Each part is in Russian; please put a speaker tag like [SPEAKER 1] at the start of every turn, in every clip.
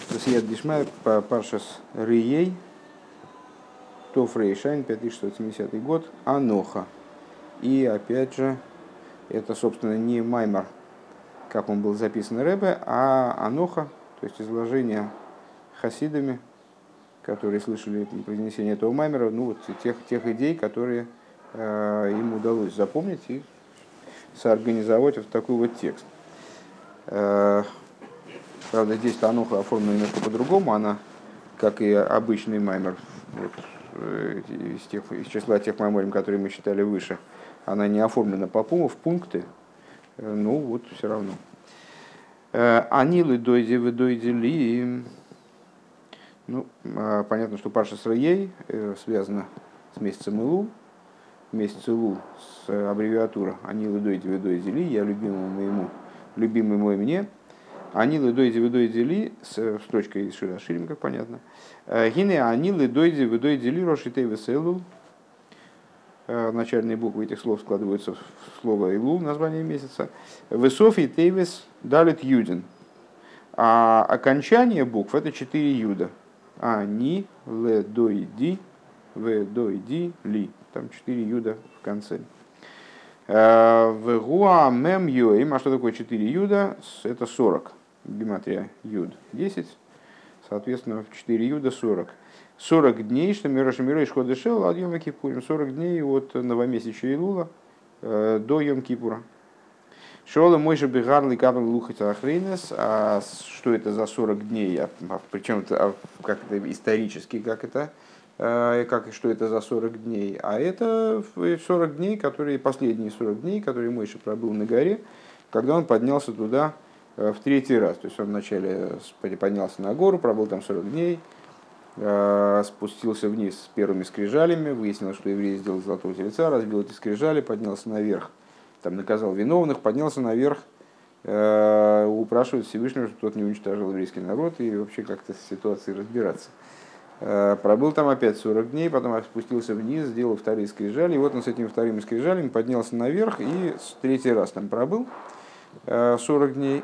[SPEAKER 1] Сият Дишмай, Паршас Рией, Тоф Рейшайн, 5670 год, Аноха. И опять же, это, собственно, не Маймар, как он был записан Ребе, а Аноха, то есть изложение хасидами, которые слышали произнесение этого Маймера, ну вот тех идей, которые им удалось запомнить и соорганизовать вот такой вот текст. Правда, здесь Аноха оформлена немножко по-другому, она, как и обычный Маймер, вот, из числа тех майморим, которые мы читали выше, она не оформлена в пункты, ну вот все равно. Анилы дойди вы дойди ли. Ну, понятно, что Парша Сраей связана с месяцем Илу. Месяц Илу с аббревиатура Анилы дойди вы дойди ли, я любимому моему, любимый мой мне. Анилы дойди вы дойди ли, с строчкой из Шира Ширим, как понятно. Гине анилы дойди вы дойди ли рошитей веселул. Начальные буквы этих слов складываются в слово Илу, название месяца. Высофий тейвес далит юдин. А окончание букв это 4 юда. Ани, ле, дойди, в, дойди, ли. Там 4 юда в конце. В гуа мем юэм. А что такое 4 юда? Это 40. Гематрия юд 10. Соответственно, в 4 юда 40. 40 дней, что Мирошамира Ишходешел, от Йома Кипурим. 40 дней от новомесяча Илула до Йом Кипура. Шола Мойша Бегарли Кабл Лухаца Ахрейнес. А что это за 40 дней? Причем как это исторически, что это за 40 дней? А это 40 дней, последние 40 дней, которые Мойша пробыл на горе, когда он поднялся туда в третий раз. То есть он вначале поднялся на гору, пробыл там 40 дней, спустился вниз с первыми скрижалями, выяснилось, что евреи сделали золотого тельца, разбил эти скрижали, поднялся наверх, там наказал виновных, поднялся наверх, упрашивает Всевышнего, чтобы тот не уничтожил еврейский народ и вообще как-то с ситуацией разбираться. Пробыл там опять 40 дней, потом спустился вниз, сделал вторые скрижали, и вот он с этими вторыми скрижалями поднялся наверх и третий раз там пробыл 40 дней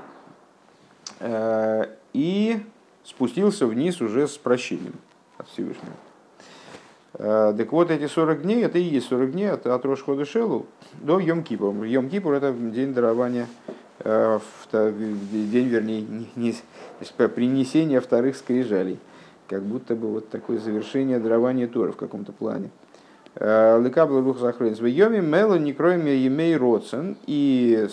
[SPEAKER 1] и спустился вниз уже с прощением от Всевышнего. Так вот, эти 40 дней, это и есть 40 дней от Рош Ходеш-Элул до Йом-Кипура. Йом-Кипур – это день дарования, день, вернее, принесения вторых скрижалей. Как будто бы вот такое завершение дарования Торы в каком-то плане. Лекабла рух захрейнс в Йоме мело не кроем емей родсен. И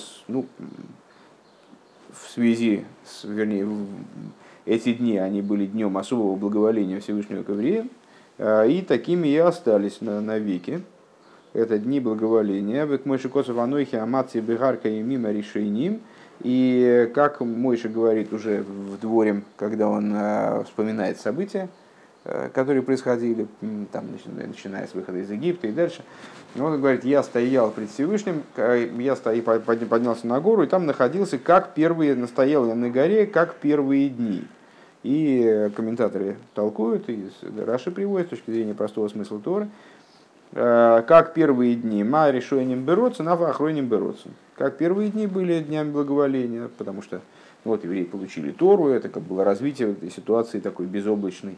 [SPEAKER 1] в связи с, эти дни, они были днем особого благоволения Всевышнего к евреям, и такими и остались навеки. Это дни благоволения. Век Мойши Косов Анойхи Амаци Бегарка и Мима Решейним. И как Мойша говорит уже в дворе, когда он вспоминает события, которые происходили, там, начиная с выхода из Египта и дальше, он говорит: я стоял пред Всевышним, поднялся на гору, и там находился, настоял я на горе, как первые дни. И комментаторы толкуют, и Раши приводит с точки зрения простого смысла Торы, как первые дни, ма решением берутся, на охроним берутся. Как первые дни были днями благоволения, потому что вот евреи получили Тору, это как было развитие этой ситуации такой безоблачной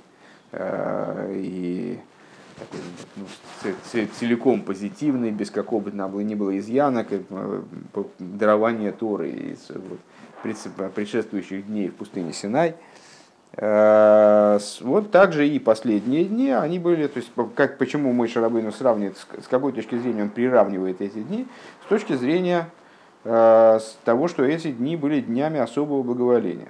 [SPEAKER 1] и такой, целиком позитивной, без какого бы ни было изъяна, дарование Торы из предшествующих дней в пустыне Синай. Вот также и последние дни, они были, то есть почему Мойше Рабейну сравнивает, с какой точки зрения он приравнивает эти дни, с точки зрения того, что эти дни были днями особого благоволения.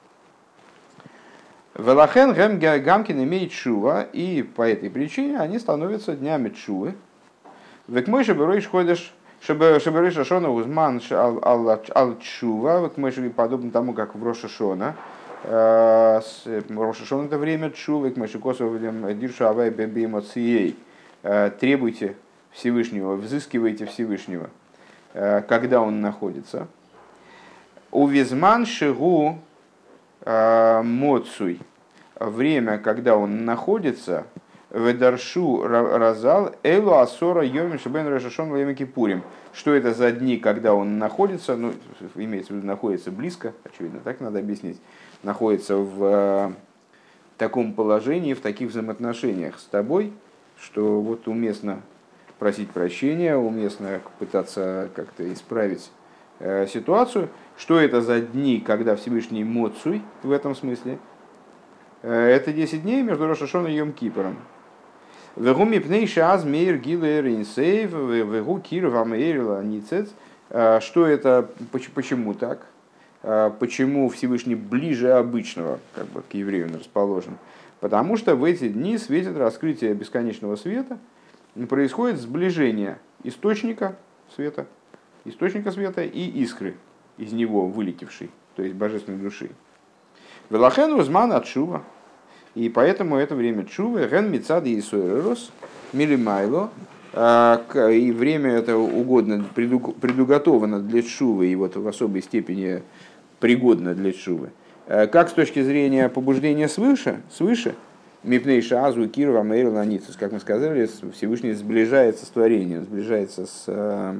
[SPEAKER 1] Велахен Гамкин имеет шува, и по этой причине они становятся днями чувы. Век Мойше Бероиш ходишь, Шебереш Шона Узман ал чува, век Мойше подобно тому, как в Рош Шона. Рош Шона это время чувы, к Мойше Косов Диршу Авай Беби Эмоцией. Требуйте Всевышнего, взыскивайте Всевышнего, когда он находится. Увизман шигу моцуй, время, когда он находится, ведаршу разал элу асора йомим шебен решашон время кипурим. Что это за дни, когда он находится, имеется в виду находится близко, очевидно, так надо объяснить. находится в таком положении, в таких взаимоотношениях с тобой, что вот уместно просить прощения, уместно пытаться как-то исправить ситуацию. Что это за дни, когда Всевышний Моцуй в этом смысле? Это 10 дней между Рош ха-Шана и Йом-Кипором. Вегу мипней шаз мейр гилэр инсейв, вегу кир вамейрила ницец. Что это, почему так? Почему Всевышний ближе обычного как бы, к еврею расположен? Потому что в эти дни светит раскрытие бесконечного света, происходит сближение источника света и искры из него вылетевшей, то есть божественной души. Велахен узман от шува. И поэтому это время чувы, ген мицад и сойрос, милимайло, и время это угодно, предуготовано для чувы, и вот в особой степени пригодно для чувы. Как с точки зрения побуждения свыше, мипнейша азу кирова мейр ланицус, как мы сказали, Всевышний сближается с творением, сближается с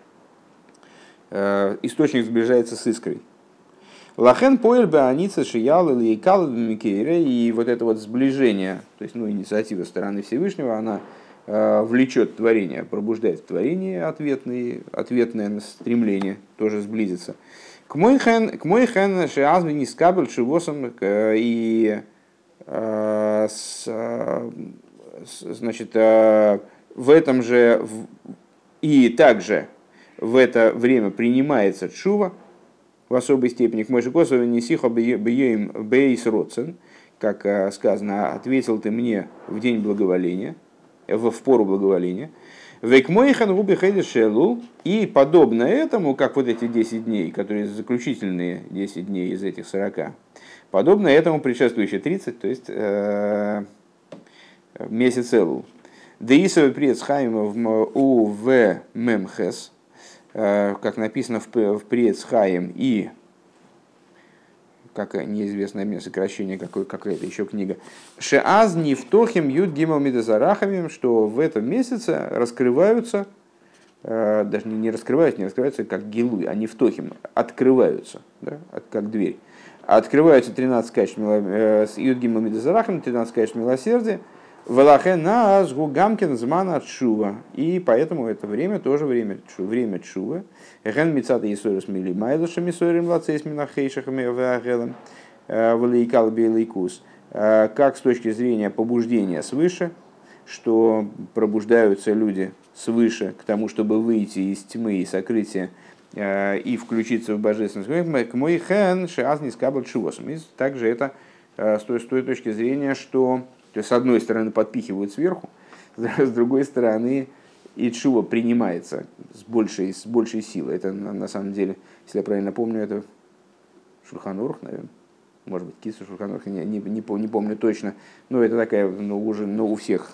[SPEAKER 1] источник сближается с искрой. Лахен поэль бааница шиял или икал микейре, и вот это вот сближение, то есть инициатива стороны Всевышнего, она влечет творение, пробуждает в творении ответное стремление тоже сблизиться. К мой хэн шиазми не скабель шивосом, и значит, в этом же и также в это время принимается тшува в особой степени. К мойши косове несиха бейм бейс родсен, как сказано, ответил ты мне в день благоволения, в пору благоволения. Век мойхан губи хедешелу, и подобно этому, как вот эти 10 дней, которые заключительные 10 дней из этих 40, подобно этому предшествующие 30, то есть месяц Элул. Деисовый прец Хаим у в Мемхес, как написано в прец Хаим, и как неизвестное мне сокращение, какая-то еще книга, Шеаз Нифтохим Юд Гимал Мидазарахамим, что в этом месяце раскрываются, даже не раскрываются как гилуй, а Нифтохим, открываются, да, как дверь. Открываются 13 качеств с Юд Гимал Мидазарахамим, 13 качеств милосердия, Валахена Азгугамкин Змана Чува. И поэтому это время тоже время Чува. Ген Мицата Исорис Мили Майлуша Мисорим Лацейс Минахейшахами Вагелом Валейкал Белейкус. Как с точки зрения побуждения свыше, что пробуждаются люди свыше к тому, чтобы выйти из тьмы и сокрытия и включиться в божественность. К мой хэн шиазни скабл чувосом. Также это с той точки зрения, что то есть, с одной стороны, подпихивают сверху, с другой стороны, и чува принимается с большей силой. Это, на самом деле, если я правильно помню, это Шулхан Арух, наверное. Может быть, Кису Шулхан Арух, не помню точно. Но это такая, уже у всех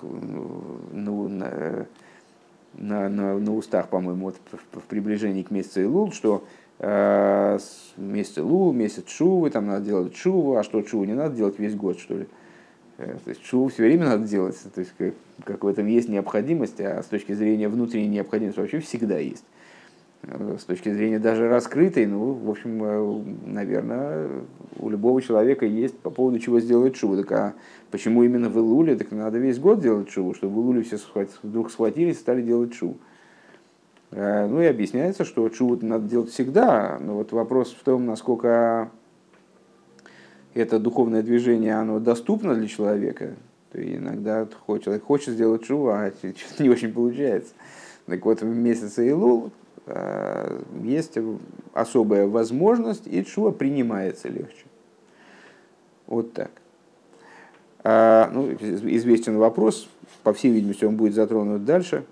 [SPEAKER 1] на устах, по-моему, вот, в приближении к месяцу Илул, что месяц Илул, месяц Чувы, там надо делать Чуву, а что Чуву не надо делать весь год, что ли? То есть шоу все время надо делать, то есть как в этом есть необходимость, а с точки зрения внутренней необходимости вообще всегда есть. С точки зрения даже раскрытой, в общем, наверное, у любого человека есть по поводу чего сделать шоу. Так а почему именно в Илуле? Так надо весь год делать шоу, чтобы в Илуле все вдруг схватились и стали делать шоу. И объясняется, что шоу надо делать всегда, но вот вопрос в том, насколько это духовное движение, оно доступно для человека, то иногда человек хочет сделать шуву, а что-то не очень получается. Так вот, в месяце Илул есть особая возможность, и шува принимается легче. Вот так. Известен вопрос, по всей видимости, он будет затронут дальше.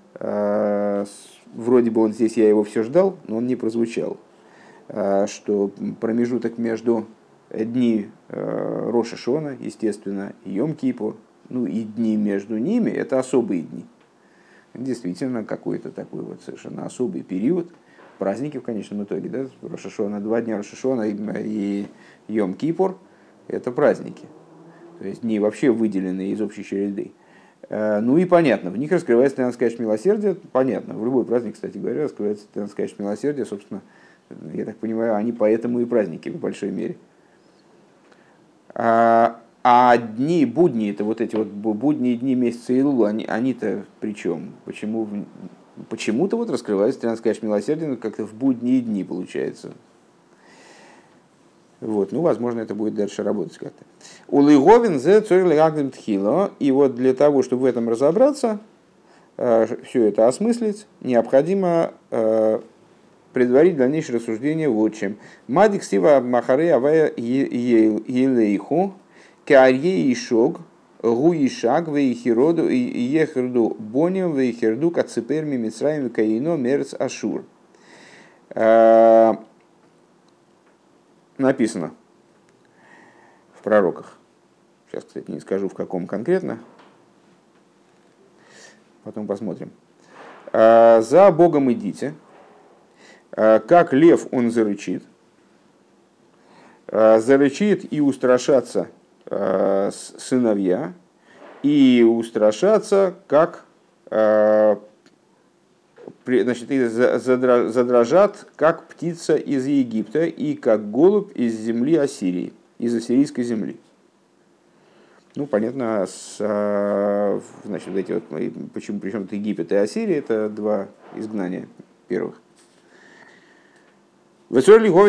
[SPEAKER 1] Вроде бы здесь я его все ждал, но он не прозвучал. Что промежуток между дни Рош ха-Шана, естественно, и Йом-Кипур, и дни между ними, это особые дни. Действительно, какой-то такой вот совершенно особый период. Праздники в конечном итоге, да? Рош ха-Шана, 2 дня Рош ха-Шана и Йом-Кипур – это праздники. То есть дни вообще выделенные из общей череды. И понятно, в них раскрывается 13 качеств милосердия. Понятно, в любой праздник, кстати говоря, раскрывается 13 качеств милосердия. Собственно, я так понимаю, они поэтому и праздники в большой мере. А дни, будни, это вот эти вот будние дни месяца Илула, они-то при чем? Почему-то вот раскрывается 13 качеств милосердия, как-то в будние дни получается. Вот, ну, возможно, это будет дальше работать как-то. Улыговин зе цойрлигагдем тхило. И вот для того, чтобы в этом разобраться, все это осмыслить, необходимо предварить дальнейшее рассуждение вот чем. Мадик стива махары авая елейху, каарье и шог, гу и шаг, вейхироду и ехерду боним, вейхерду кацеперми мицраем каино мерц ашур. Написано в пророках. Сейчас, кстати, не скажу, в каком конкретно. Потом посмотрим. За Богом идите. Как лев он зарычит. Зарычит и устрашатся сыновья. И устрашатся, как значит, и задрожат, как птица из Египта, и как голубь из земли Ассирии, из ассирийской земли. Ну, понятно, значит, эти вот, почему, причем это Египет и Ассирия, это два изгнания первых. И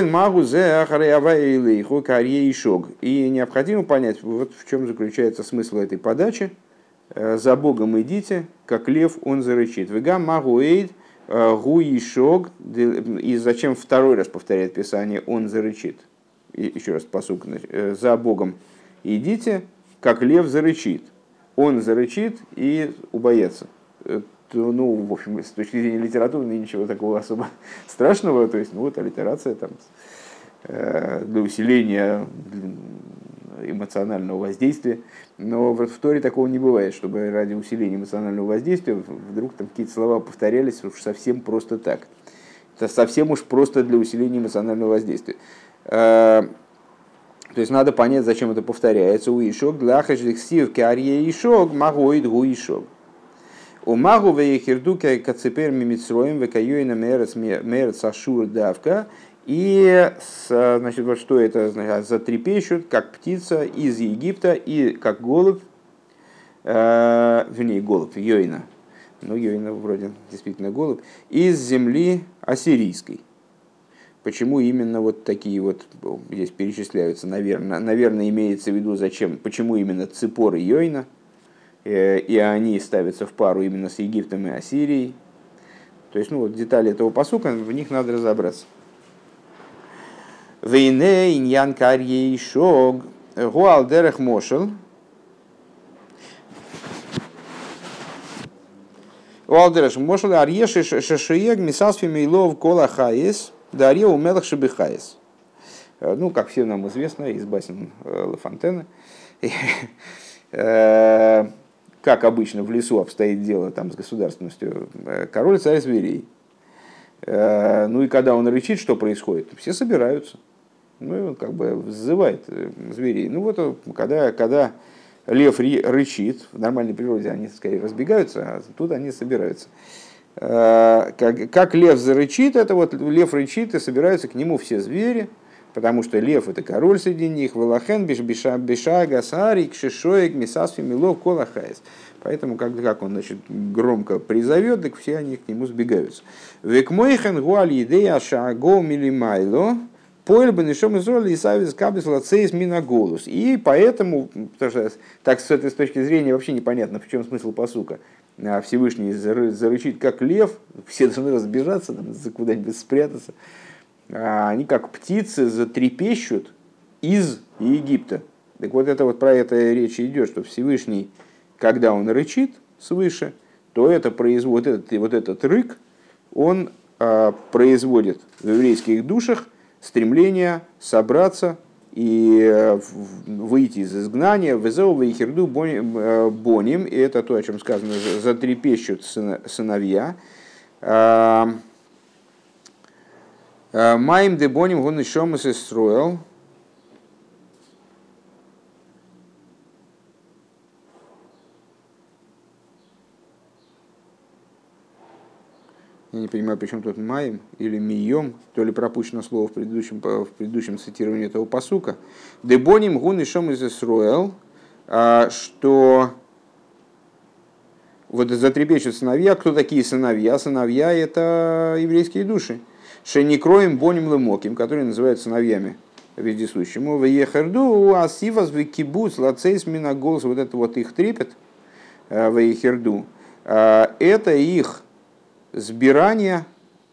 [SPEAKER 1] необходимо понять, вот в чем заключается смысл этой подачи. За Богом идите, как лев он зарычит. Вегам магуэйд гуишог. И зачем второй раз повторяет Писание, он зарычит. И еще раз посук. За Богом идите, как лев зарычит. Он зарычит и убоится. Ну, в общем, с точки зрения литературы ничего такого особо страшного. То есть, ну, вот аллитерация там, для усиления эмоционального воздействия. Но в Торе такого не бывает, чтобы ради усиления эмоционального воздействия вдруг там какие-то слова повторялись уж совсем просто так. Это совсем уж просто для усиления эмоционального воздействия. То есть надо понять, зачем это повторяется. Уишок для хэшдексив каарье ишок магоид гуишок. У магу вейхердука кацепер мимитсроем векаюина мерц ашур давка. И, значит, вот что это значит, затрепещут, как птица из Египта, и как голубь, вернее, голубь, Йойна, ну, Йойна вроде действительно голубь, из земли ассирийской. Почему именно вот такие вот здесь перечисляются, наверное, имеется в виду, зачем, почему именно Ципор и Йойна, и они ставятся в пару именно с Египтом и Ассирией. То есть, ну, вот детали этого пасука, в них надо разобраться. Вейне иньян карье шог гуалдерех мошел. Гуалдерех мошел арье шешиег мисасфи мейлов кола хаес дарье умелах шебихаес. Ну, как всем нам известно из басен Ла Фонтена, как обычно в лесу обстоит дело там с государственностью, король царь зверей. Ну и когда он рычит, что происходит? Все собираются. Ну и он как бы вызывает зверей. Ну вот когда лев рычит, в нормальной природе они скорее разбегаются, а тут они собираются. Как лев зарычит, это вот лев рычит, и собираются к нему все звери, потому что лев это король среди них, Валахен, Биша, Гасарик, Шишоек, Мисасфи, Милов, Колахайс. Поэтому, как он, значит, громко призовет, так все они к нему сбегаются. Векмойхен гуаль идея шаго милимайло, поэль бенешом изоли и савис кабис лацеис миноголус. И поэтому, потому что так с этой точки зрения вообще непонятно, в чем смысл пасука. Всевышний зарычит как лев, все должны разбежаться, куда-нибудь спрятаться. Они как птицы затрепещут из Египта. Так вот, это вот про это речь идет, что Всевышний, когда он рычит свыше, то это производит, вот этот рык, он производит в еврейских душах стремление собраться и выйти из изгнания, вызову и херду боним, и это то, о чем сказано, затрепещут сыновья. Маим де боним гон еще мы строил. Я не понимаю, при чем тут маем или мием, то ли пропущено слово в предыдущем цитировании этого пасука. Дебоним гун и шом из Исруэл, что вот затрепещут сыновья. Кто такие сыновья? Сыновья – это еврейские души. Шеникроем боним лемоким, которые называют сыновьями вездесущему. В ехерду асивас викибуц лацейс минаголс. Вот это вот их трепет в ехерду. Это их сбирание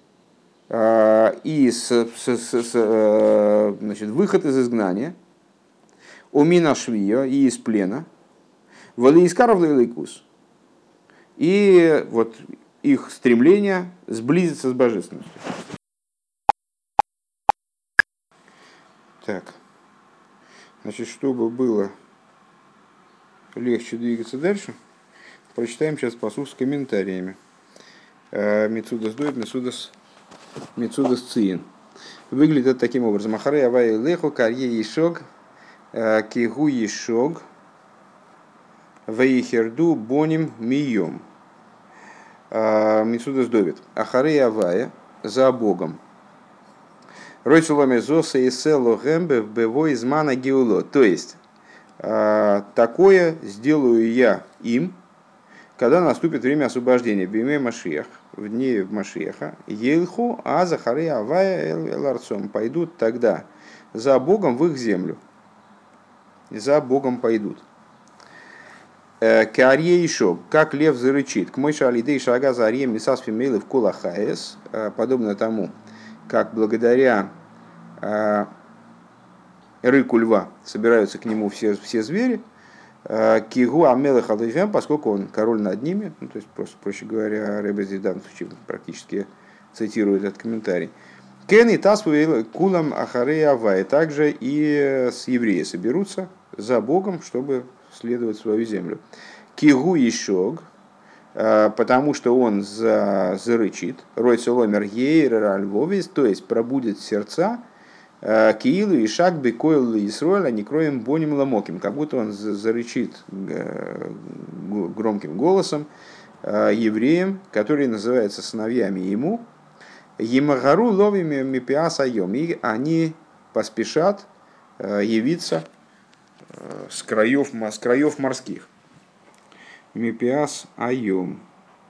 [SPEAKER 1] и значит, выход из изгнания. Умина швия и из плена. Валиискаров левеликус. И вот их стремление сблизиться с божественностью. Так, значит, чтобы было легче двигаться дальше, прочитаем сейчас пасук с комментариями. Мецудас дует, Мецудас циин. Выглядит это таким образом. Ахарей авай лехо карье ишог, кигу ишог, вейхерду боним мием. Мецудас довит. Ахарей авая за Богом. Ройцуломе зоса и село гэмбе в бево из мана геуло. То есть, такое сделаю я им, когда наступит время освобождения. Биме Машиах, в дни Машиаха. Ельху, а захары авая эларцом. Пойдут тогда за Богом в их землю. За Богом пойдут. Каарье ишо, как лев зарычит. К мойша алидей шага за арьем мисас фимейлы в кулахаес. Подобно тому, как благодаря рыку льва собираются к нему все звери, кигу амелах алейхем, поскольку он король над ними, ну, то есть, просто, проще говоря, Ребе в данном случае практически цитирует этот комментарий. Кен и тасву кулам ахарей авай, также и с евреи соберутся за Богом, чтобы следовать свою землю. Кигу ишог, потому что он зарычит, рой соломер ейр львовис, то есть пробудет сердца, киилу и шаг бекойл Исруэль, а не кроем боним ламоким, как будто он зарычит громким голосом евреям, которые называются сыновьями ему, Емагару ловими мипиас айом, и они поспешат явиться с краев морских. Мипиас айом.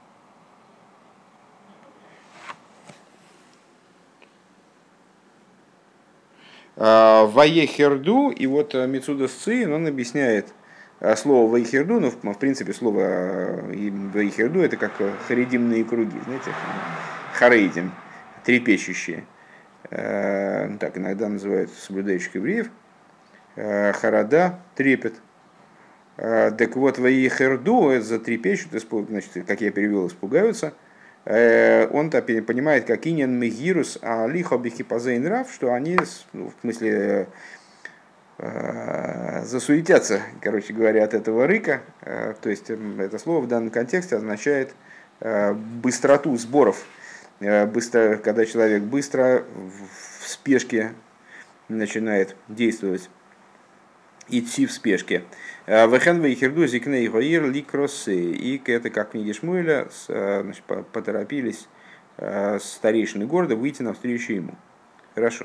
[SPEAKER 1] Ваехерду, и вот Мецудас Циин, он объясняет слово ваехерду, ну, в принципе, слово ваехерду это как харидимные круги, знаете, харейдим, трепещущие, так иногда называют соблюдающих евреев, харада, трепет. Так вот, ваехерду, это затрепещут, значит, как я перевел, испугаются. Он-то понимает, как иньян мегирус, а лихо бихипазейн рав, что они, ну, в смысле, засуетятся, короче говоря, от этого рыка. То есть это слово в данном контексте означает быстроту сборов. Быстро, когда человек быстро, в спешке начинает действовать, идти в спешке. Вехен вейхерду зикней гоир ликросы. И это, как в книге Шмуэля, значит, поторопились старейшины города выйти навстречу ему. Хорошо.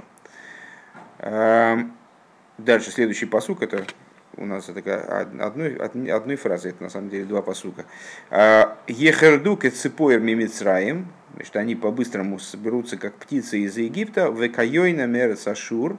[SPEAKER 1] Дальше следующий пасук, это у нас это одной фразы, это на самом деле два пасука. Ехерду кеципоер мимицраем, значит, они по-быстрому соберутся, как птицы из Египта, векайойна мерец Ашур,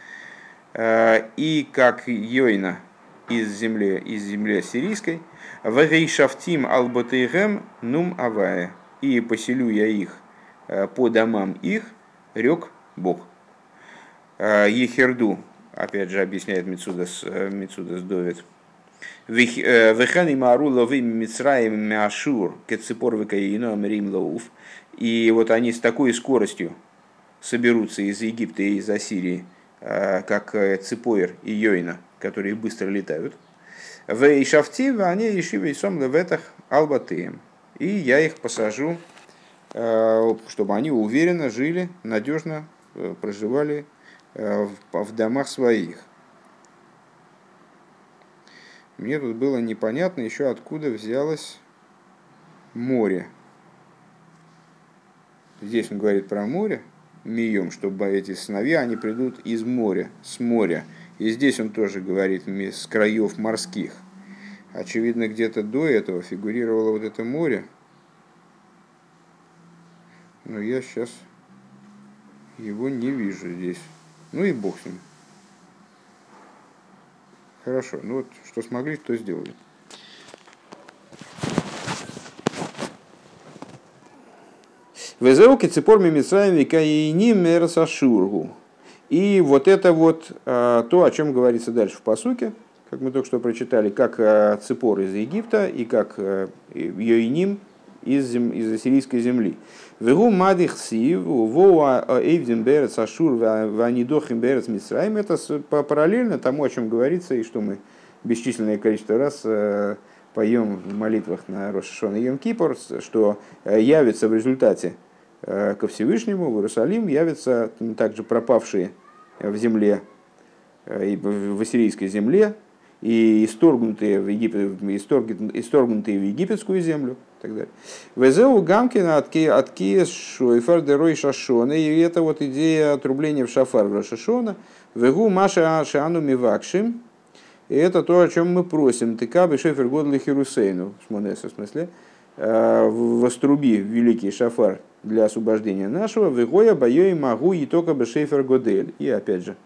[SPEAKER 1] и как Йойна из земли сирийской, вегейшафтим алботейгем нум авая, и поселю я их по домам их, рек Бог. Ехерду, опять же, объясняет Мецудас Довид. Вехани мару ловим мицраим мяшур кеципор векаино амрим лоуф. И вот они с такой скоростью соберутся из Египта и из Ассирии, как Ципоир и Йойна, которые быстро летают. Вейшафтив, они ишивей сом леветах албатеем. И я их посажу, чтобы они уверенно жили, надежно проживали в домах своих. Мне тут было непонятно еще, откуда взялось море. здесь он говорит про море, мием, чтобы эти сыновья, они придут из моря, с моря. И здесь он тоже говорит с краев морских. Очевидно, где-то до этого фигурировало вот это море. Но я сейчас его не вижу здесь. Ну и бог с ним. Хорошо, ну вот что смогли, то сделали. Везеуки цепор мимицраем викаиним мерсашургу. И вот это вот то, о чем говорится дальше в пасуке, как мы только что прочитали, как цепор из Египта и как йоиним из ассирийской земли. Вегу мадих сив, воа эйвдим берец ашур, ванидохим берец мицраим. Это параллельно тому, о чем говорится, и что мы бесчисленное количество раз поем в молитвах на Рош ха-Шана и Йом-Кипур, что явится в результате ко Всевышнему, в Иерусалим, явятся также пропавшие в земле, в ассирийской земле, и исторгнутые в египетскую землю, и так далее. Везеу гамкина отки шойфар дерой шашона, и это вот идея отрубления в шафар в Рош ха-Шана. Вегу маша шану мивакшим, и это то, о чем мы просим. Тыкабы шефер годли хирусейну, в смысле, воструби великий шафар для освобождения нашего, вегоя боей могу и только бы шефер годель. И опять же,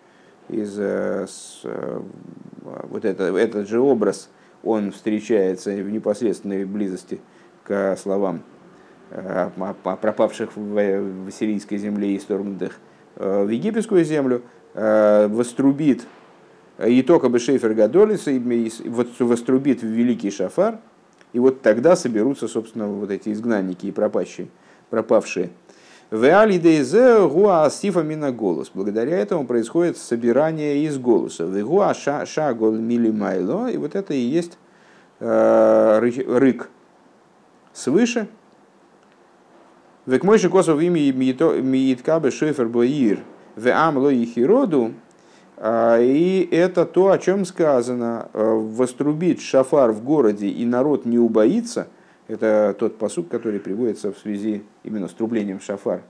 [SPEAKER 1] вот этот же образ, он встречается в непосредственной близости к словам пропавших в ассирийской земле и исторгнутых в египетскую землю, вострубит и только бы шейфер гадолис, вот вострубит в великий шафар, и вот тогда соберутся, собственно, вот эти изгнанники и пропавшие. Благодаря этому происходит собирание из голоса. И вот это и есть рык свыше. Векмойши косов имя мииткабе шейфер боир веамло и хироду. И это то, о чем сказано. Вострубить шафар в городе, и народ не убоится. Это тот пасук, который приводится в связи именно с трублением шафар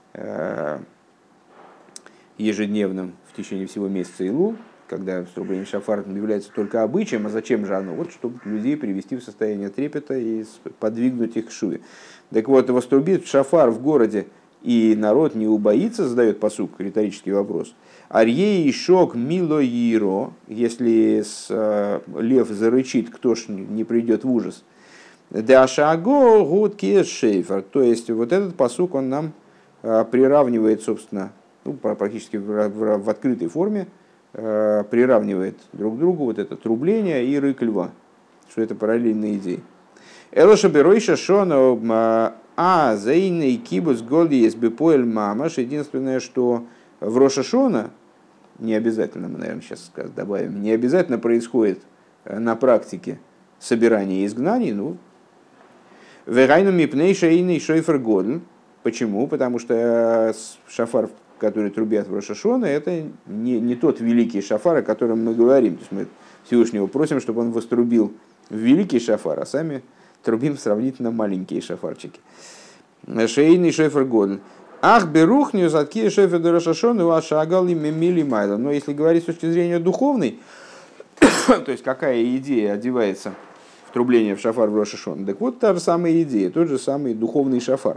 [SPEAKER 1] ежедневным в течение всего месяца Илул, когда трубление шафар является только обычаем. А зачем же оно? Вот чтобы людей привести в состояние трепета и подвигнуть их к шуве. Так вот, вострубить шафар в городе, и народ не убоится, задает пасук, риторический вопрос. Арье и шок милоиро, если лев зарычит, кто ж не придет в ужас. Дашаго гудки шейфер. То есть вот этот пасук, он нам приравнивает, собственно, ну, практически в открытой форме, приравнивает друг к другу вот это трубление и рык льва, что это параллельные идеи. Элоша беройша шона зейный кибус голди есть бепоэль мамаш. Единственное, что в Рош ха-Шана, не обязательно, мы, наверное, сейчас добавим, не обязательно происходит на практике собирание изгнаний, ну, верайну мипней шейный шойфер годль. Почему? Потому что шафар, который трубят в Рош ха-Шана, это не тот великий шафар, о котором мы говорим. То есть мы Всевышнего просим, чтобы он вострубил в великий шафар, а сами трубим сравнительно маленькие шафарчики. Шейный шойфер годль. Ах, берухню задки шефер до Рош ха-Шана, у ашагали мили майла. Но если говорить с точки зрения духовной, то есть какая идея одевается в трубление в шафар в Рош ха-Шана, так вот та же самая идея, тот же самый духовный шафар.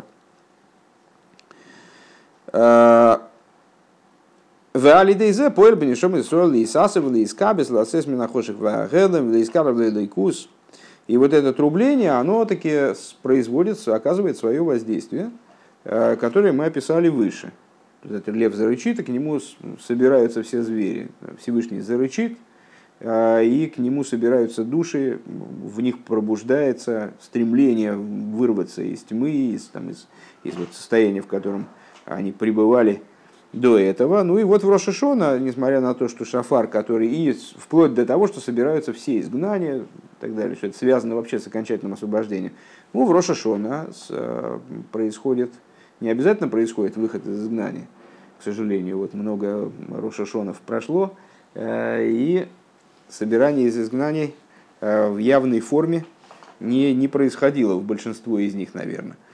[SPEAKER 1] В Алидейзе поэль бенешом Исроэл Исасов Лейскабес Ласес Минахошек Вагелем Лейскаров Лейкус. И вот это трубление, оно таки производится, оказывает свое воздействие, которое мы описали выше. Это лев зарычит, и к нему собираются все звери. Всевышний зарычит, и к нему собираются души, в них пробуждается стремление вырваться из тьмы, из вот состояния, в котором они пребывали до этого. Ну и вот в Рош ха-Шана, несмотря на то, что шафар, который и вплоть до того, что собираются все изгнания и так далее, что это связано вообще с окончательным освобождением, ну в Рош ха-Шана происходит, не обязательно происходит выход из изгнания, к сожалению, вот много Рош ха-Шанов прошло, и собирание из изгнаний в явной форме не происходило в большинстве из них, наверное.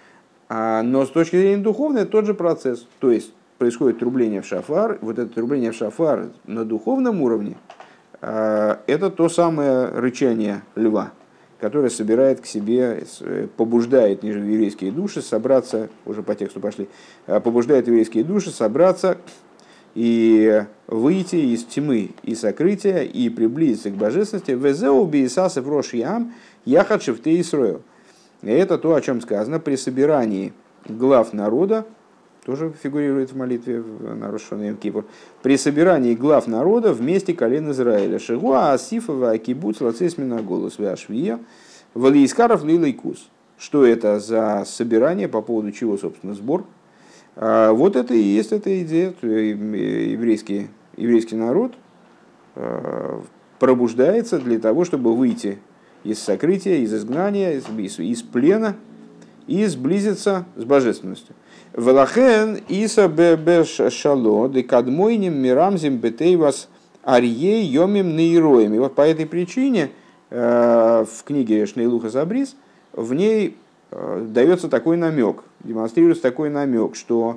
[SPEAKER 1] Но с точки зрения духовной это тот же процесс. То есть происходит трубление в шафар. Вот это трубление в шафар на духовном уровне это то самое рычание льва, которое собирает к себе, побуждает еврейские души собраться, уже по тексту пошли, побуждает еврейские души собраться и выйти из тьмы и сокрытия и приблизиться к божественности. «Везеу биисасев рош ям яхат шифтей Исроэл». Это то, о чем сказано при собирании глав народа, тоже фигурирует в молитве на Рош ха-Шана и Йом-Кипур, при собирании глав народа вместе колен Израиля. «Шигуа асифова акибуц лацис минаголос веашвия валиискаров лилайкус». Что это за собирание, по поводу чего, собственно, сбор? Вот это и есть эта идея. Еврейский народ пробуждается для того, чтобы выйти из сокрытия, из изгнания, из плена и сблизиться с божественностью. Велахен иса беш шало декадмойним мирамзим бетейвас арье йомим нейроем. И вот по этой причине в книге Шнейлуха Забрис в ней дается такой намек, демонстрируется такой намек, что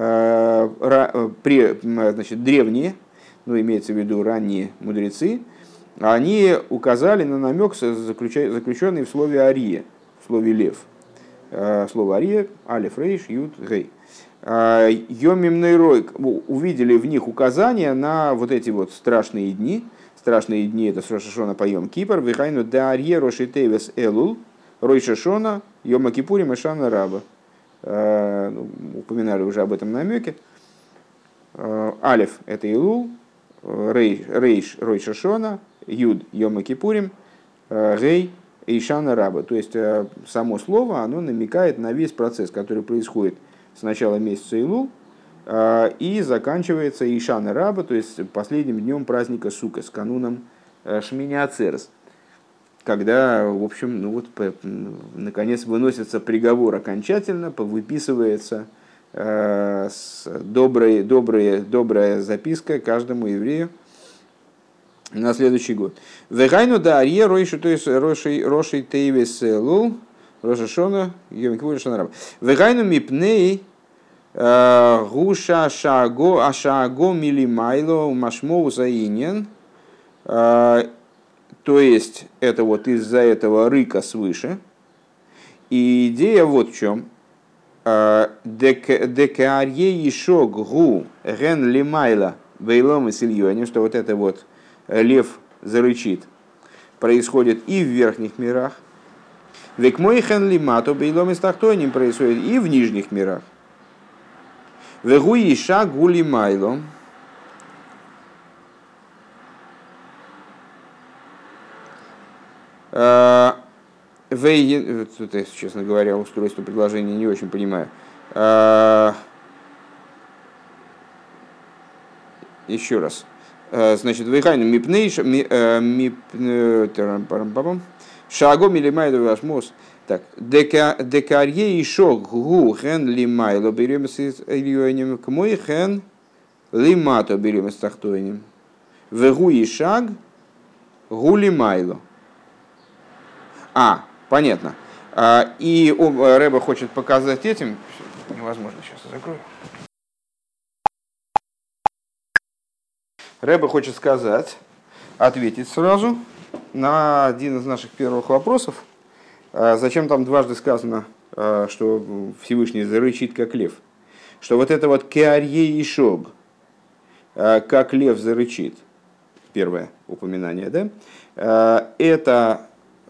[SPEAKER 1] древние, ну имеется в виду ранние мудрецы, они указали на намек, заключенный в слове ария, в слове лев. Слово ария, алиф, рейш, юд, гей. Йомим нейрой, увидели в них указания на вот эти вот страшные дни. Страшные дни это с Рош ха-Шана по Йом-Кипур. Вихайну да арье роши тейвес элул, Ройш ха-Шана, Йом-Кипурим и Шана Раба. Упоминали уже об этом намеке. Алиф это Илул, Рейш Ройш ха-Шана, Юд Йом-Кипурим, Гей Эйшана Раба. То есть само слово оно намекает на весь процесс, который происходит с начала месяца Илул и заканчивается Эйшана Раба, то есть последним днем праздника Сука, с кануном Шмини Ацерес, когда, в общем, наконец выносится приговор окончательно, выписывается добрая записка каждому еврею на следующий год. Вегайну да арье ройшу, то есть рошей тейвес лул, Рош ха-Шана, Йом-Кипур, Шана Раба. Вегайну мипней гуша шааго милимайло машмоу заинен. То есть это вот из-за этого рыка свыше. И идея вот в чем. Декаарье ишок гу ген лимайла вейлом и сильёним, что вот это вот лев зарычит, происходит и в верхних мирах. Век мой ген лимато вейлом и стахтоним происходит и в нижних мирах. Вегу иша гу лимайло. Тут я, честно говоря, устройство предложения не очень понимаю. Еще раз. Значит, вейхайну мипней шагом или майло вашмос. Так, декарье и шок гу хен лимайло берем с ильёнем к мой хен лимато берем с тахтойнем. Вегу и шаг гу лимайло. Понятно. И Рэбе хочет показать этим... Невозможно, сейчас я закрою. Рэбе хочет ответить сразу на один из наших первых вопросов. Зачем там дважды сказано, что Всевышний зарычит, как лев? Что вот это вот кеарье и шог, как лев зарычит, первое упоминание, да? Это